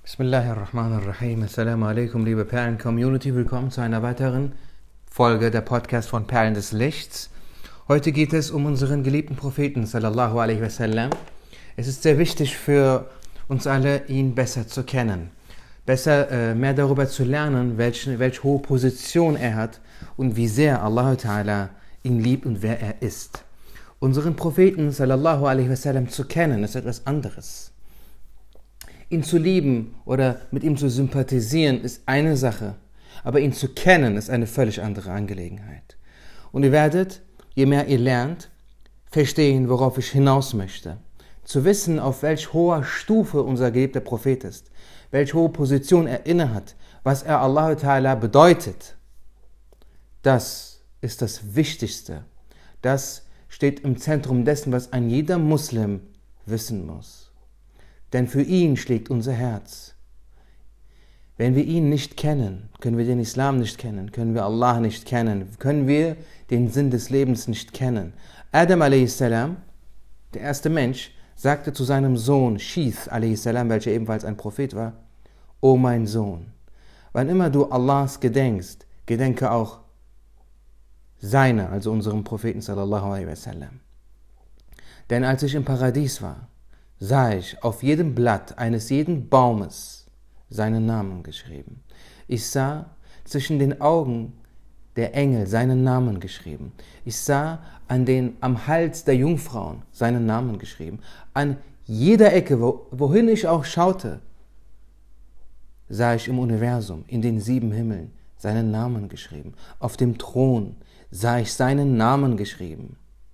Bismillahirrahmanirrahim. Assalamu alaikum, liebe Perlen-Community. Willkommen zu einer weiteren Folge der Podcast von Perlen des Lichts. Heute geht es um unseren geliebten Propheten, sallallahu alaihi wasallam. Es ist sehr wichtig für uns alle, ihn besser zu kennen. Mehr darüber zu lernen, welche hohe Position er hat und wie sehr Allah Ta'ala ihn liebt und wer er ist. Unseren Propheten, sallallahu alaihi wasallam, zu kennen, ist etwas anderes. Ihn zu lieben oder mit ihm zu sympathisieren ist eine Sache, aber ihn zu kennen ist eine völlig andere Angelegenheit. Und ihr werdet, je mehr ihr lernt, verstehen, worauf ich hinaus möchte. Zu wissen, auf welch hoher Stufe unser geliebter Prophet ist, welche hohe Position er innehat, was er Allah Ta'ala bedeutet. Das ist das Wichtigste. Das steht im Zentrum dessen, was ein jeder Muslim wissen muss. Denn für ihn schlägt unser Herz. Wenn wir ihn nicht kennen, können wir den Islam nicht kennen, können wir Allah nicht kennen, können wir den Sinn des Lebens nicht kennen. Adam a.s., der erste Mensch, sagte zu seinem Sohn Shith a.s., welcher ebenfalls ein Prophet war: O mein Sohn, wann immer du Allahs gedenkst, gedenke auch seiner, also unserem Propheten sallallahu alaihi wasallam. Denn als ich im Paradies war, sah ich auf jedem Blatt eines jeden Baumes seinen Namen geschrieben. Ich sah zwischen den Augen der Engel seinen Namen geschrieben. Ich sah am Hals der Jungfrauen seinen Namen geschrieben. An jeder Ecke, wohin ich auch schaute, sah ich im Universum, in den 7 Himmeln, seinen Namen geschrieben. Auf dem Thron sah ich seinen Namen geschrieben.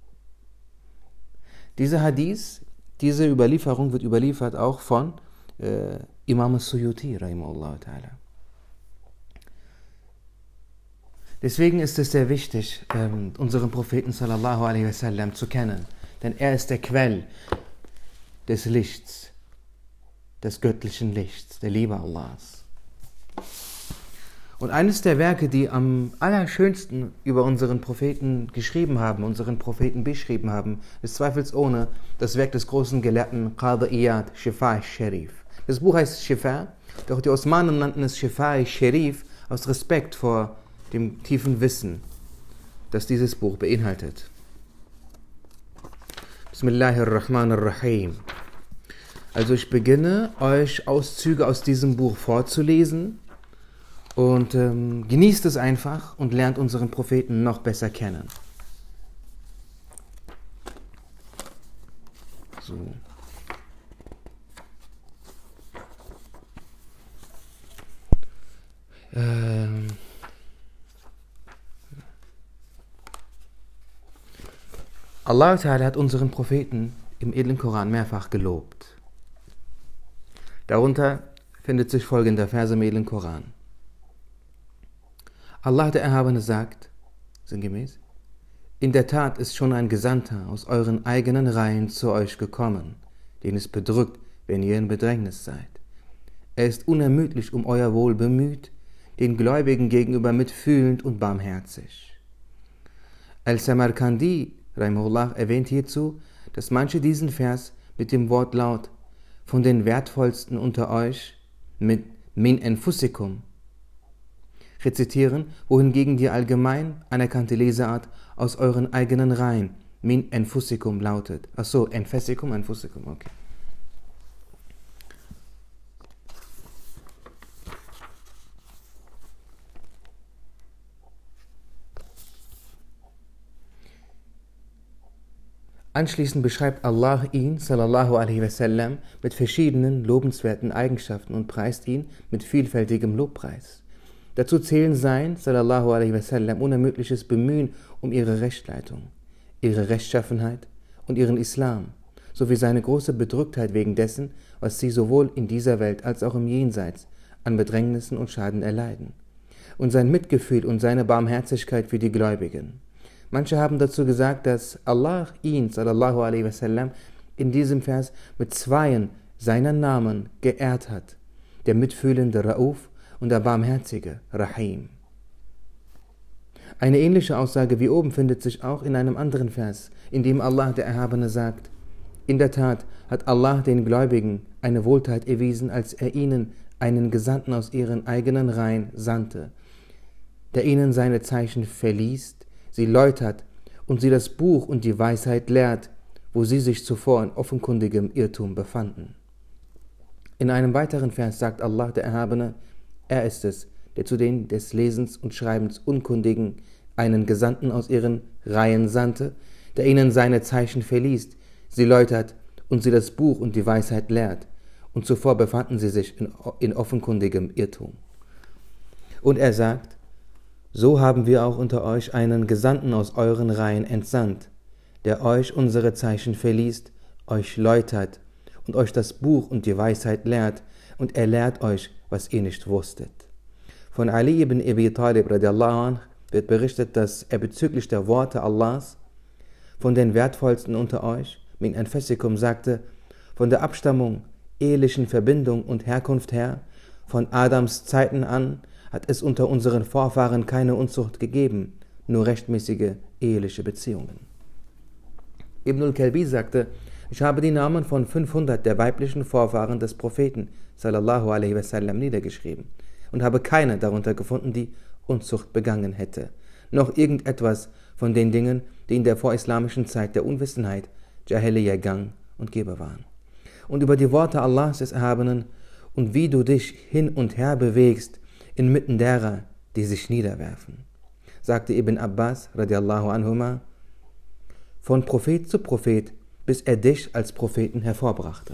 Dieser Hadith, diese Überlieferung wird überliefert auch von Imam Suyuti, rahimahullah ta'ala. Deswegen ist es sehr wichtig, unseren Propheten sallallahu alaihi wasallam zu kennen, denn er ist der Quell des Lichts, des göttlichen Lichts, der Liebe Allahs. Und eines der Werke, die am allerschönsten über unseren Propheten geschrieben haben, unseren Propheten beschrieben haben, ist zweifelsohne das Werk des großen Gelehrten Qadi Iyad, Shifa al-Sharif. Das Buch heißt Shifa, doch die Osmanen nannten es Shifa al-Sharif aus Respekt vor dem tiefen Wissen, das dieses Buch beinhaltet. Bismillahirrahmanirrahim. Also ich beginne, euch Auszüge aus diesem Buch vorzulesen. Und genießt es einfach und lernt unseren Propheten noch besser kennen. So. Allah Ta'ala hat unseren Propheten im edlen Koran mehrfach gelobt. Darunter findet sich folgender Vers im edlen Koran. Allah der Erhabene sagt, sinngemäß: In der Tat ist schon ein Gesandter aus euren eigenen Reihen zu euch gekommen, den es bedrückt, wenn ihr in Bedrängnis seid. Er ist unermüdlich um euer Wohl bemüht, den Gläubigen gegenüber mitfühlend und barmherzig. Al-Samarkandi, rahimahullah, erwähnt hierzu, dass manche diesen Vers mit dem Wortlaut von den wertvollsten unter euch mit min enfusikum rezitieren, wohingegen die allgemein anerkannte Leseart aus euren eigenen Reihen min enfusikum lautet. Achso, enfusikum, okay. Anschließend beschreibt Allah ihn, sallallahu alaihi wasallam, mit verschiedenen lobenswerten Eigenschaften und preist ihn mit vielfältigem Lobpreis. Dazu zählen sein, sallallahu alaihi wasallam, unermüdliches Bemühen um ihre Rechtleitung, ihre Rechtschaffenheit und ihren Islam, sowie seine große Bedrücktheit wegen dessen, was sie sowohl in dieser Welt als auch im Jenseits an Bedrängnissen und Schaden erleiden, und sein Mitgefühl und seine Barmherzigkeit für die Gläubigen. Manche haben dazu gesagt, dass Allah ihn, sallallahu alaihi wasallam, in diesem Vers mit 2 seiner Namen geehrt hat, der mitfühlende Rauf und der barmherzige Rahim. Eine ähnliche Aussage wie oben findet sich auch in einem anderen Vers, in dem Allah der Erhabene sagt: In der Tat hat Allah den Gläubigen eine Wohltat erwiesen, als er ihnen einen Gesandten aus ihren eigenen Reihen sandte, der ihnen seine Zeichen verliest, sie läutert und sie das Buch und die Weisheit lehrt, wo sie sich zuvor in offenkundigem Irrtum befanden. In einem weiteren Vers sagt Allah der Erhabene, er ist es, der zu den des Lesens und Schreibens Unkundigen einen Gesandten aus ihren Reihen sandte, der ihnen seine Zeichen verliest, sie läutert und sie das Buch und die Weisheit lehrt, und zuvor befanden sie sich in offenkundigem Irrtum. Und er sagt, so haben wir auch unter euch einen Gesandten aus euren Reihen entsandt, der euch unsere Zeichen verliest, euch läutert und euch das Buch und die Weisheit lehrt, und er lehrt euch, was ihr nicht wusstet. Von Ali ibn Abi Talib radiallahu anh wird berichtet, dass er bezüglich der Worte Allahs von den wertvollsten unter euch, min anfasikum, sagte, von der Abstammung, ehelichen Verbindung und Herkunft her, von Adams Zeiten an, hat es unter unseren Vorfahren keine Unzucht gegeben, nur rechtmäßige eheliche Beziehungen. Ibn al-Kalbi sagte, ich habe die Namen von 500 der weiblichen Vorfahren des Propheten sallallahu alaihi wasallam niedergeschrieben und habe keine darunter gefunden, die Unzucht begangen hätte, noch irgendetwas von den Dingen, die in der vorislamischen Zeit der Unwissenheit, Jahiliyyah gang und gäbe waren. Und über die Worte Allahs des Erhabenen und wie du dich hin und her bewegst inmitten derer, die sich niederwerfen, sagte Ibn Abbas radiallahu anhuma, von Prophet zu Prophet, bis er dich als Propheten hervorbrachte.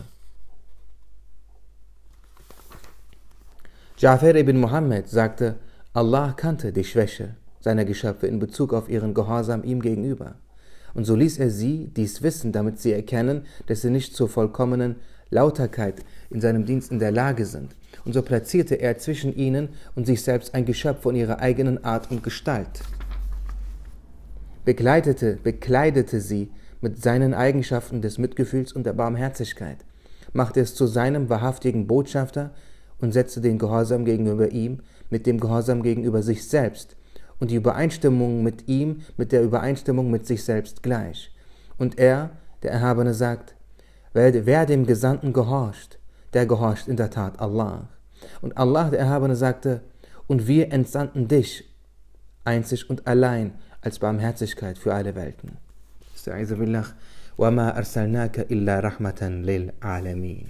Ja'far ibn Muhammad sagte, Allah kannte die Schwäche seiner Geschöpfe in Bezug auf ihren Gehorsam ihm gegenüber. Und so ließ er sie dies wissen, damit sie erkennen, dass sie nicht zur vollkommenen Lauterkeit in seinem Dienst in der Lage sind. Und so platzierte er zwischen ihnen und sich selbst ein Geschöpf von ihrer eigenen Art und Gestalt. Bekleidete sie mit seinen Eigenschaften des Mitgefühls und der Barmherzigkeit, machte es zu seinem wahrhaftigen Botschafter und setzte den Gehorsam gegenüber ihm mit dem Gehorsam gegenüber sich selbst und die Übereinstimmung mit ihm mit der Übereinstimmung mit sich selbst gleich. Und er, der Erhabene, sagt, wer dem Gesandten gehorcht, der gehorcht in der Tat Allah. Und Allah, der Erhabene, sagte, und wir entsandten dich einzig und allein als Barmherzigkeit für alle Welten. Estaizu billah, wa ma arsalnaka illa rahmatan lil alamin.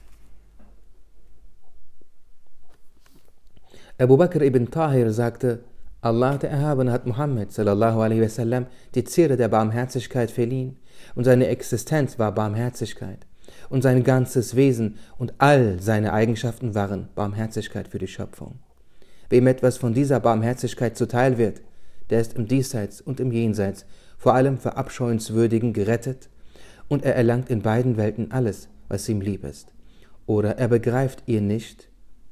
Abu Bakr ibn Tahir sagte, Allah, der Erhabene, hat Muhammad sallallahu alaihi wasallam die Zierde der Barmherzigkeit verliehen und seine Existenz war Barmherzigkeit und sein ganzes Wesen und all seine Eigenschaften waren Barmherzigkeit für die Schöpfung. Wem etwas von dieser Barmherzigkeit zuteil wird, der ist im Diesseits und im Jenseits vor allem Verabscheuenswürdigen gerettet und er erlangt in beiden Welten alles, was ihm lieb ist. Oder begreift ihr nicht,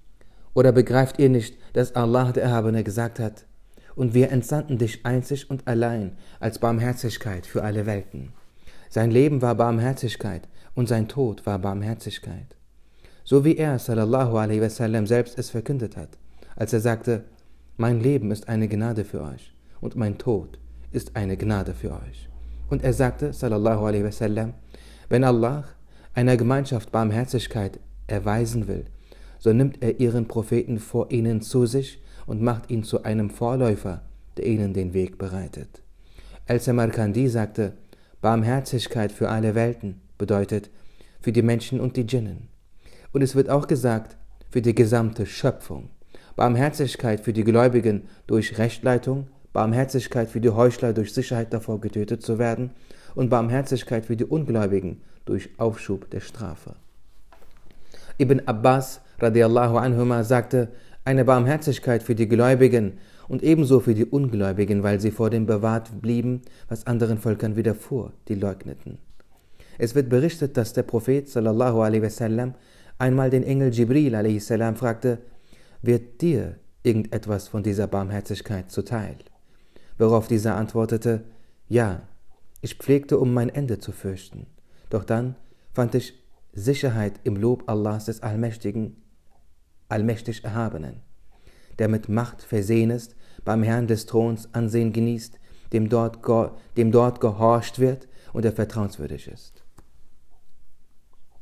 dass Allah der Erhabene gesagt hat, und wir entsandten dich einzig und allein als Barmherzigkeit für alle Welten. Sein Leben war Barmherzigkeit und sein Tod war Barmherzigkeit. So wie er, sallallahu alaihi wasallam, selbst es verkündet hat, als er sagte, mein Leben ist eine Gnade für euch und mein Tod ist eine Gnade für euch. Und er sagte, sallallahu alaihi wasallam, wenn Allah einer Gemeinschaft Barmherzigkeit erweisen will, so nimmt er ihren Propheten vor ihnen zu sich und macht ihn zu einem Vorläufer, der ihnen den Weg bereitet. Al-Samarkandi sagte, Barmherzigkeit für alle Welten bedeutet für die Menschen und die Djinnen. Und es wird auch gesagt, für die gesamte Schöpfung. Barmherzigkeit für die Gläubigen durch Rechtleitung, Barmherzigkeit für die Heuchler durch Sicherheit davor getötet zu werden und Barmherzigkeit für die Ungläubigen durch Aufschub der Strafe. Ibn Abbas radiallahu anhuma sagte, eine Barmherzigkeit für die Gläubigen und ebenso für die Ungläubigen, weil sie vor dem bewahrt blieben, was anderen Völkern widerfuhr, die leugneten. Es wird berichtet, dass der Prophet sallallahu alaihi wasallam einmal den Engel Jibril alaihi salam fragte, wird dir irgendetwas von dieser Barmherzigkeit zuteil? Worauf dieser antwortete, ja, ich pflegte um mein Ende zu fürchten, doch dann fand ich Sicherheit im Lob Allahs des allmächtig Erhabenen, der mit Macht versehen ist, beim Herrn des Throns Ansehen genießt, dem dort gehorcht wird und der vertrauenswürdig ist.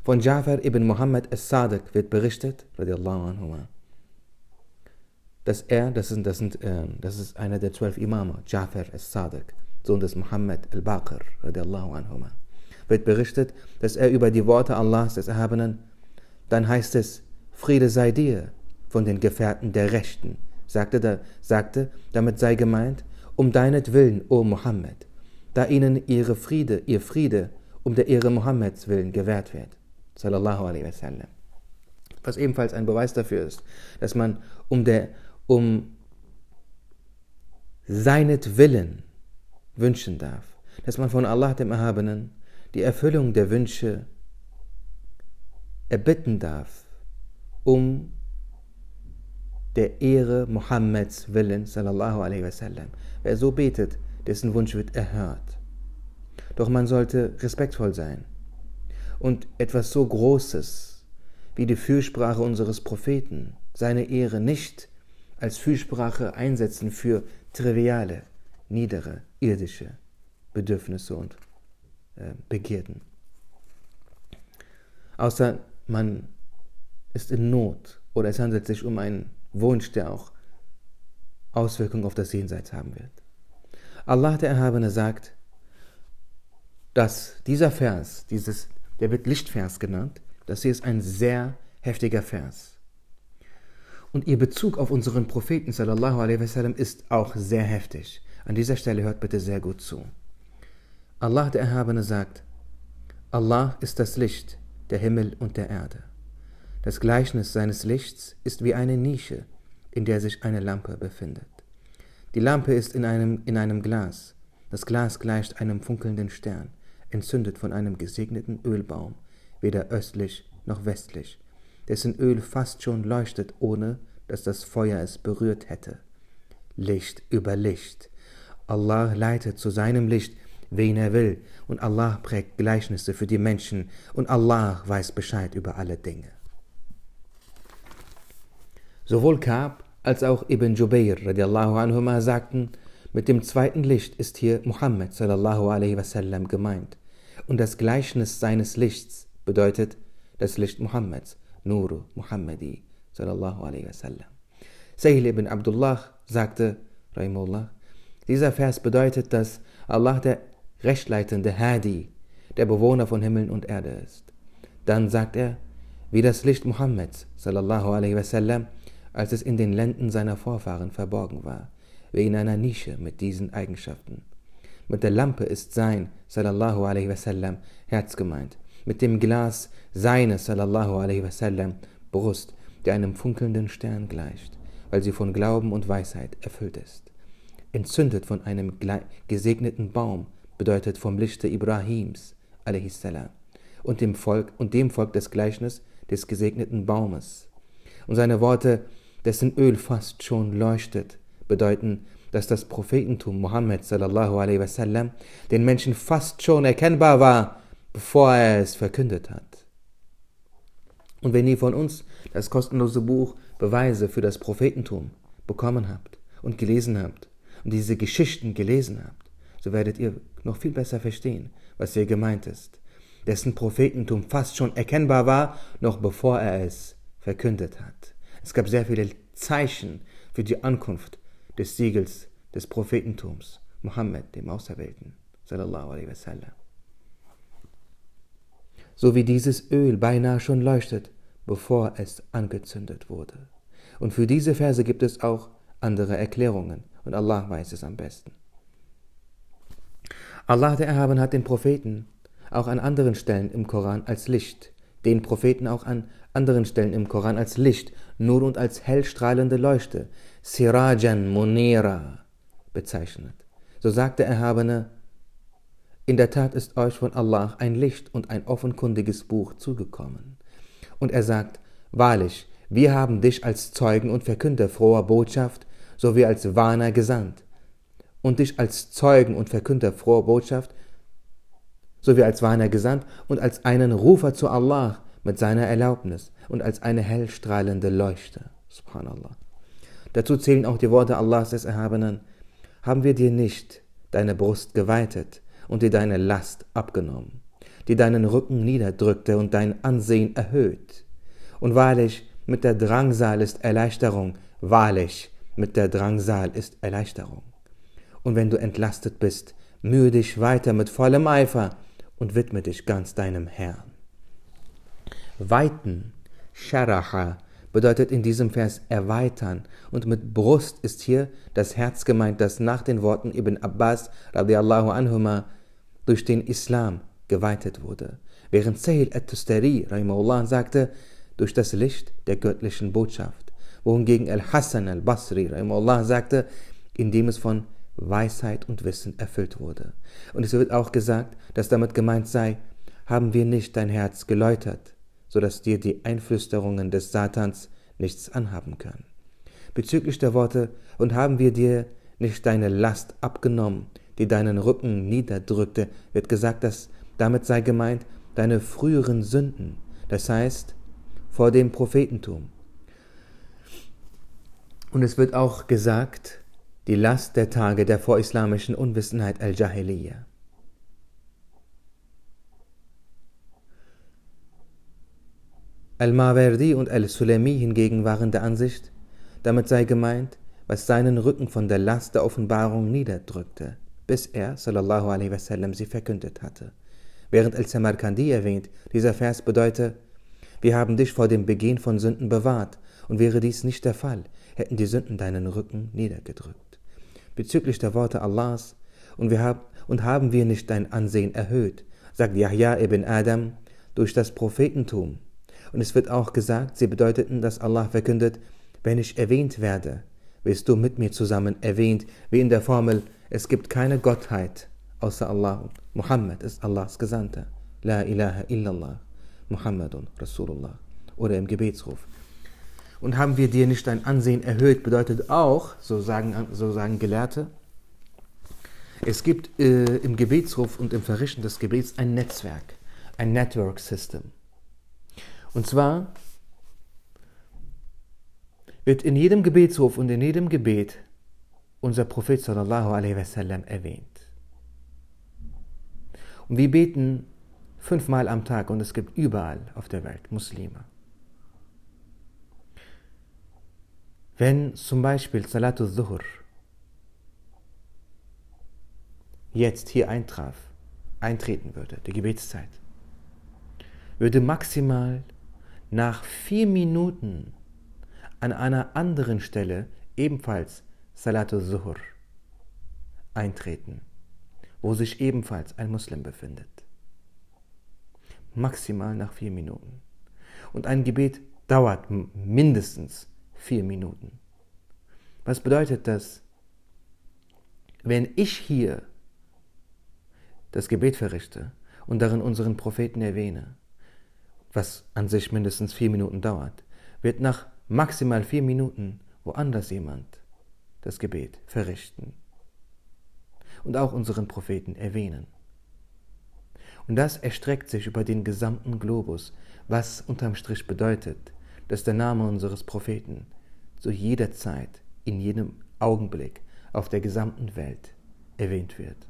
Von Ja'far ibn Muhammad as-Sadiq wird berichtet, radiallahu anhuma, dass das ist einer der 12 Imame, Ja'far as-Sadiq, Sohn des Muhammad al-Baqir, radiallahu anhuma, wird berichtet, dass er über die Worte Allahs des Erhabenen, dann heißt es, Friede sei dir von den Gefährten der Rechten, sagte, damit sei gemeint, um deinetwillen, o Muhammad, da ihnen ihr Friede um der Ehre Mohammeds willen gewährt wird, sallallahu alaihi wasallam. Was ebenfalls ein Beweis dafür ist, dass man um seinetwillen wünschen darf, dass man von Allah dem Erhabenen die Erfüllung der Wünsche erbitten darf, um der Ehre Mohammeds willen, sallallahu alaihi wasallam. Wer so betet, dessen Wunsch wird erhört. Doch man sollte respektvoll sein und etwas so Großes wie die Fürsprache unseres Propheten, seine Ehre, nicht als Fürsprache einsetzen für triviale, niedere, irdische Bedürfnisse und Begierden. Außer man ist in Not oder es handelt sich um einen Wunsch, der auch Auswirkungen auf das Jenseits haben wird. Allah der Erhabene sagt, dass dieser Vers, der wird Lichtvers genannt, das hier ist ein sehr heftiger Vers. Und ihr Bezug auf unseren Propheten sallallahu alaihi wasallam ist auch sehr heftig. An dieser Stelle hört bitte sehr gut zu. Allah der Erhabene sagt, Allah ist das Licht der Himmel und der Erde. Das Gleichnis seines Lichts ist wie eine Nische, in der sich eine Lampe befindet. Die Lampe ist in einem Glas. Das Glas gleicht einem funkelnden Stern, entzündet von einem gesegneten Ölbaum, weder östlich noch westlich, dessen Öl fast schon leuchtet, ohne dass das Feuer es berührt hätte. Licht über Licht. Allah leitet zu seinem Licht, wen er will, und Allah prägt Gleichnisse für die Menschen, und Allah weiß Bescheid über alle Dinge. Sowohl Ka'b als auch Ibn Jubayr radiallahu anhuma sagten, mit dem zweiten Licht ist hier Muhammad sallallahu alaihi wasallam gemeint, und das Gleichnis seines Lichts bedeutet das Licht Muhammads, Nuru Muhammadi sallallahu alaihi wasallam. Sahil ibn Abdullah sagte, rahimahullah, dieser Vers bedeutet, dass Allah der rechtleitende Hadi, der Bewohner von Himmel und Erde ist. Dann sagt er, wie das Licht Muhammads sallallahu alaihi wasallam, als es in den Lenden seiner Vorfahren verborgen war, wie in einer Nische mit diesen Eigenschaften. Mit der Lampe ist sein, sallallahu alaihi wasallam, Herz gemeint, mit dem Glas seine, sallallahu alaihi wasallam, Brust, der einem funkelnden Stern gleicht, weil sie von Glauben und Weisheit erfüllt ist. Entzündet von einem gesegneten Baum bedeutet vom Lichte Ibrahims, alaihi salam, und dem Volk das Gleichnis des gesegneten Baumes. Und seine Worte, dessen Öl fast schon leuchtet, bedeuten, dass das Prophetentum Muhammad sallallahu alaihi wasallam den Menschen fast schon erkennbar war, bevor er es verkündet hat. Und wenn ihr von uns das kostenlose Buch Beweise für das Prophetentum bekommen habt und gelesen habt und diese Geschichten gelesen habt, so werdet ihr noch viel besser verstehen, was hier gemeint ist, dessen Prophetentum fast schon erkennbar war, noch bevor er es verkündet hat. Es gab sehr viele Zeichen für die Ankunft des Siegels des Prophetentums, Muhammad, dem Auserwählten, sallallahu alaihi wasallam. So wie dieses Öl beinahe schon leuchtet, bevor es angezündet wurde. Und für diese Verse gibt es auch andere Erklärungen, und Allah weiß es am besten. Allah der Erhabene hat den Propheten auch an anderen Stellen im Koran als Licht, den Propheten auch an anderen Stellen im Koran als Licht, Nur und als hellstrahlende Leuchte, Sirajan Munira, bezeichnet. So sagt der Erhabene, in der Tat ist euch von Allah ein Licht und ein offenkundiges Buch zugekommen. Und er sagt, wahrlich, wir haben dich als Zeugen und Verkünder froher Botschaft sowie als Warner gesandt. Und dich als Zeugen und Verkünder froher Botschaft sowie als Warner gesandt und als einen Rufer zu Allah mit seiner Erlaubnis und als eine hellstrahlende Leuchte. Subhanallah. Dazu zählen auch die Worte Allahs des Erhabenen, haben wir dir nicht deine Brust geweitet und dir deine Last abgenommen. die deinen Rücken niederdrückte und dein Ansehen erhöht. Und wahrlich, mit der Drangsal ist Erleichterung. Wahrlich, mit der Drangsal ist Erleichterung. Und wenn du entlastet bist, mühe dich weiter mit vollem Eifer und widme dich ganz deinem Herrn. Weiten, Sharaha, bedeutet in diesem Vers erweitern, und mit Brust ist hier das Herz gemeint, das nach den Worten Ibn Abbas radiallahu anhuma durch den Islam geweitet wurde, während Sahil at-Tustari rahimahullah sagte, durch das Licht der göttlichen Botschaft, wohingegen Al-Hassan al-Basri rahimahullah sagte, indem es von Weisheit und Wissen erfüllt wurde. Und es wird auch gesagt, dass damit gemeint sei, haben wir nicht dein Herz geläutert, sodass dir die Einflüsterungen des Satans nichts anhaben können. Bezüglich der Worte, und haben wir dir nicht deine Last abgenommen, die deinen Rücken niederdrückte, wird gesagt, dass damit sei gemeint, deine früheren Sünden, das heißt, vor dem Prophetentum. Und es wird auch gesagt, die Last der Tage der vorislamischen Unwissenheit al-Jahiliyyah. Al-Mawardi und Al-Sulami hingegen waren der Ansicht, damit sei gemeint, was seinen Rücken von der Last der Offenbarung niederdrückte, bis er, sallallahu alaihi wasallam, sie verkündet hatte. Während Al-Samarkandi erwähnt, dieser Vers bedeute, wir haben dich vor dem Begehen von Sünden bewahrt, und wäre dies nicht der Fall, hätten die Sünden deinen Rücken niedergedrückt. Bezüglich der Worte Allahs, und haben wir nicht dein Ansehen erhöht, sagt Yahya ibn Adam, durch das Prophetentum. Und es wird auch gesagt, sie bedeuteten, dass Allah verkündet, wenn ich erwähnt werde, wirst du mit mir zusammen erwähnt, wie in der Formel, es gibt keine Gottheit außer Allah. Muhammad ist Allahs Gesandter. La ilaha illallah. Muhammadun Rasulullah. Oder im Gebetsruf. Und haben wir dir nicht dein Ansehen erhöht, bedeutet auch, so sagen Gelehrte, es gibt im Gebetsruf und im Verrichten des Gebets ein Netzwerk, ein Network System. Und zwar wird in jedem Gebetsruf und in jedem Gebet unser Prophet sallallahu alaihi wasallam erwähnt. Und wir beten 5-mal am Tag, und es gibt überall auf der Welt Muslime. Wenn zum Beispiel Salatul Zuhr jetzt hier eintreten würde, die Gebetszeit, würde maximal nach 4 Minuten an einer anderen Stelle ebenfalls Salatul Zuhr eintreten, wo sich ebenfalls ein Muslim befindet. Maximal nach 4 Minuten. Und ein Gebet dauert mindestens 4 Minuten. Was bedeutet das? Wenn ich hier das Gebet verrichte und darin unseren Propheten erwähne, was an sich mindestens 4 Minuten dauert, wird nach maximal 4 Minuten woanders jemand das Gebet verrichten und auch unseren Propheten erwähnen. Und das erstreckt sich über den gesamten Globus, was unterm Strich bedeutet, dass der Name unseres Propheten zu jeder Zeit, in jedem Augenblick auf der gesamten Welt erwähnt wird.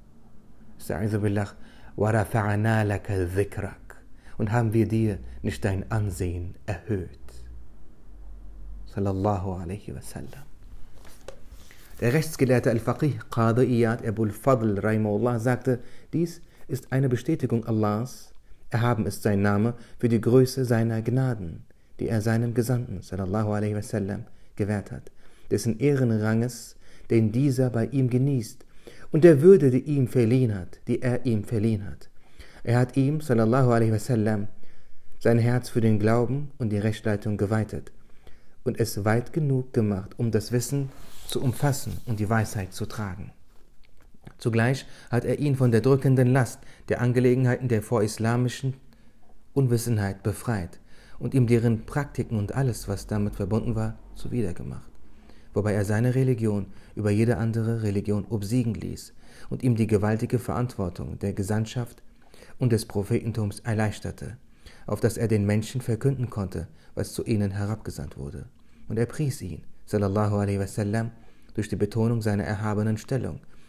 Und haben wir dir nicht dein Ansehen erhöht. Sallallahu alaihi wasallam. Der Rechtsgelehrte Al-Faqih Qadi Iyad Abul Fadl rahimahullah sagte, dies ist eine Bestätigung Allahs, erhaben ist sein Name für die Größe seiner Gnaden, die er seinem Gesandten sallallahu alaihi wasallam gewährt hat, dessen Ehrenranges, den dieser bei ihm genießt, und der Würde, die er ihm verliehen hat. Er hat ihm, sallallahu alaihi wasallam, sein Herz für den Glauben und die Rechtsleitung geweitet und es weit genug gemacht, um das Wissen zu umfassen und die Weisheit zu tragen. Zugleich hat er ihn von der drückenden Last der Angelegenheiten der vorislamischen Unwissenheit befreit und ihm deren Praktiken und alles, was damit verbunden war, zuwidergemacht, wobei er seine Religion über jede andere Religion obsiegen ließ und ihm die gewaltige Verantwortung der Gesandtschaft und des Prophetentums erleichterte, auf dass er den Menschen verkünden konnte, was zu ihnen herabgesandt wurde. Und er pries ihn, sallallahu alaihi wasallam, durch die Betonung seiner erhabenen Stellung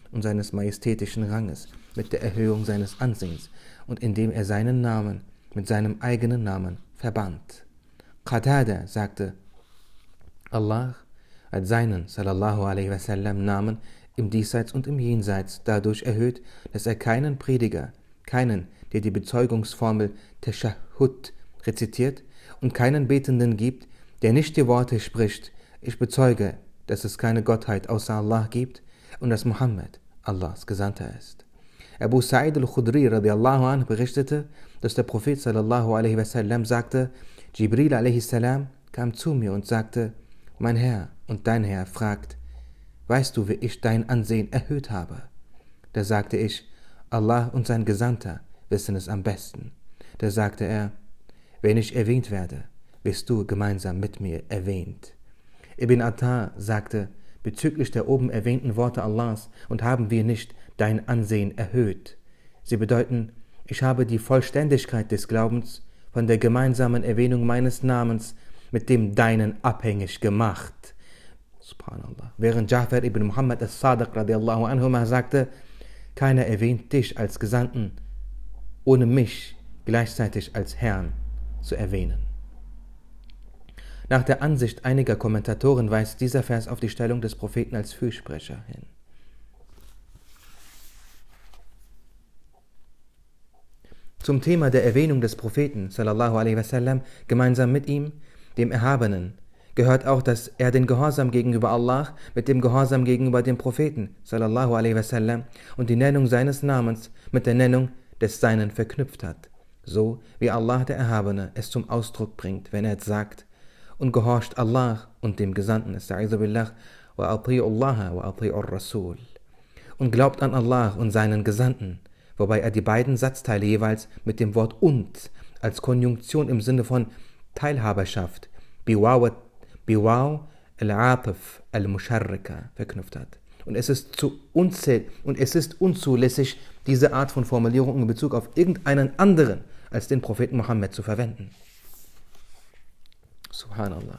und seines majestätischen Ranges mit der Erhöhung seines Ansehens und indem er seinen Namen mit seinem eigenen Namen verband. Qatada sagte, Allah hat seinen sallallahu alaihi wasallam Namen im Diesseits und im Jenseits dadurch erhöht, dass er keinen Prediger, keinen, der die Bezeugungsformel Tashahhud rezitiert und keinen Betenden gibt, der nicht die Worte spricht, ich bezeuge, dass es keine Gottheit außer Allah gibt und dass Muhammad Allahs Gesandter ist. Abu Sa'id al-Khudri radiallahu anh berichtete, dass der Prophet sallallahu alaihi wasallam sagte, Jibril alaihi salam kam zu mir und sagte, mein Herr und dein Herr fragt, weißt du, wie ich dein Ansehen erhöht habe? Da sagte ich, Allah und sein Gesandter wissen es am besten. Da sagte er, wenn ich erwähnt werde, wirst du gemeinsam mit mir erwähnt. Ibn Attar sagte, bezüglich der oben erwähnten Worte Allahs und haben wir nicht dein Ansehen erhöht. Sie bedeuten, ich habe die Vollständigkeit des Glaubens von der gemeinsamen Erwähnung meines Namens mit dem Deinen abhängig gemacht. Subhanallah. Während Ja'far ibn Muhammad as-Sadiq radiallahu anhuma sagte, keiner erwähnt dich als Gesandten, ohne mich gleichzeitig als Herrn zu erwähnen. Nach der Ansicht einiger Kommentatoren weist dieser Vers auf die Stellung des Propheten als Fürsprecher hin. Zum Thema der Erwähnung des Propheten sallallahu alaihi wasallam gemeinsam mit ihm, dem Erhabenen, gehört auch, dass er den Gehorsam gegenüber Allah mit dem Gehorsam gegenüber dem Propheten sallallahu alaihi wasallam und die Nennung seines Namens mit der Nennung des Seinen verknüpft hat, so wie Allah der Erhabene es zum Ausdruck bringt, wenn er sagt, und gehorcht Allah und dem Gesandten, Estaizu billah, wa ati'u Allah wa ati'u Rasul, und glaubt an Allah und seinen Gesandten, wobei er die beiden Satzteile jeweils mit dem Wort und als Konjunktion im Sinne von Teilhaberschaft, biwaw al-atif al-musharrika, verknüpft hat. Und es ist unzulässig, diese Art von Formulierung in Bezug auf irgendeinen anderen als den Propheten Mohammed zu verwenden. Subhanallah.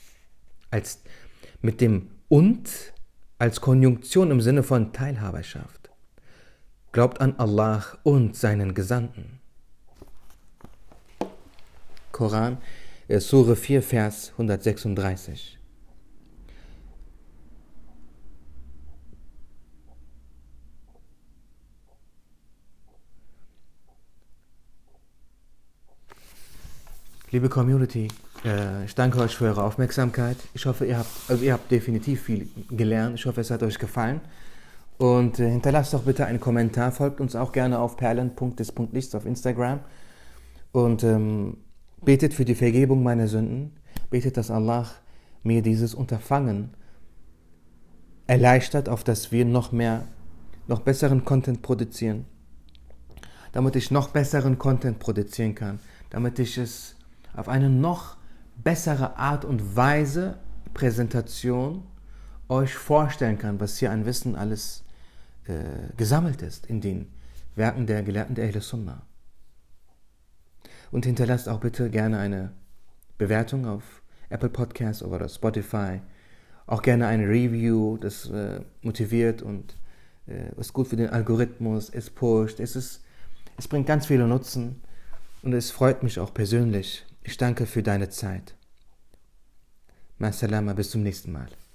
Mit dem und als Konjunktion im Sinne von Teilhaberschaft. Glaubt an Allah und seinen Gesandten. Koran, Sure 4, Vers 136. Liebe Community, ich danke euch für eure Aufmerksamkeit. Ich hoffe, ihr habt definitiv viel gelernt. Ich hoffe, es hat euch gefallen. Und hinterlasst doch bitte einen Kommentar. Folgt uns auch gerne auf perlen.des.lichts auf Instagram. Und betet für die Vergebung meiner Sünden. Betet, dass Allah mir dieses Unterfangen erleichtert, auf dass wir noch besseren Content produzieren. Damit ich noch besseren Content produzieren kann. Damit ich es auf eine noch bessere Art und Weise, Präsentation, euch vorstellen kann, was hier an Wissen alles gesammelt ist in den Werken der Gelehrten der Ahl Sunnah. Und hinterlasst auch bitte gerne eine Bewertung auf Apple Podcasts oder Spotify. Auch gerne ein Review, das motiviert und ist gut für den Algorithmus, es pusht, es bringt ganz viele Nutzen und es freut mich auch persönlich. Ich danke für deine Zeit. Ma salama, bis zum nächsten Mal.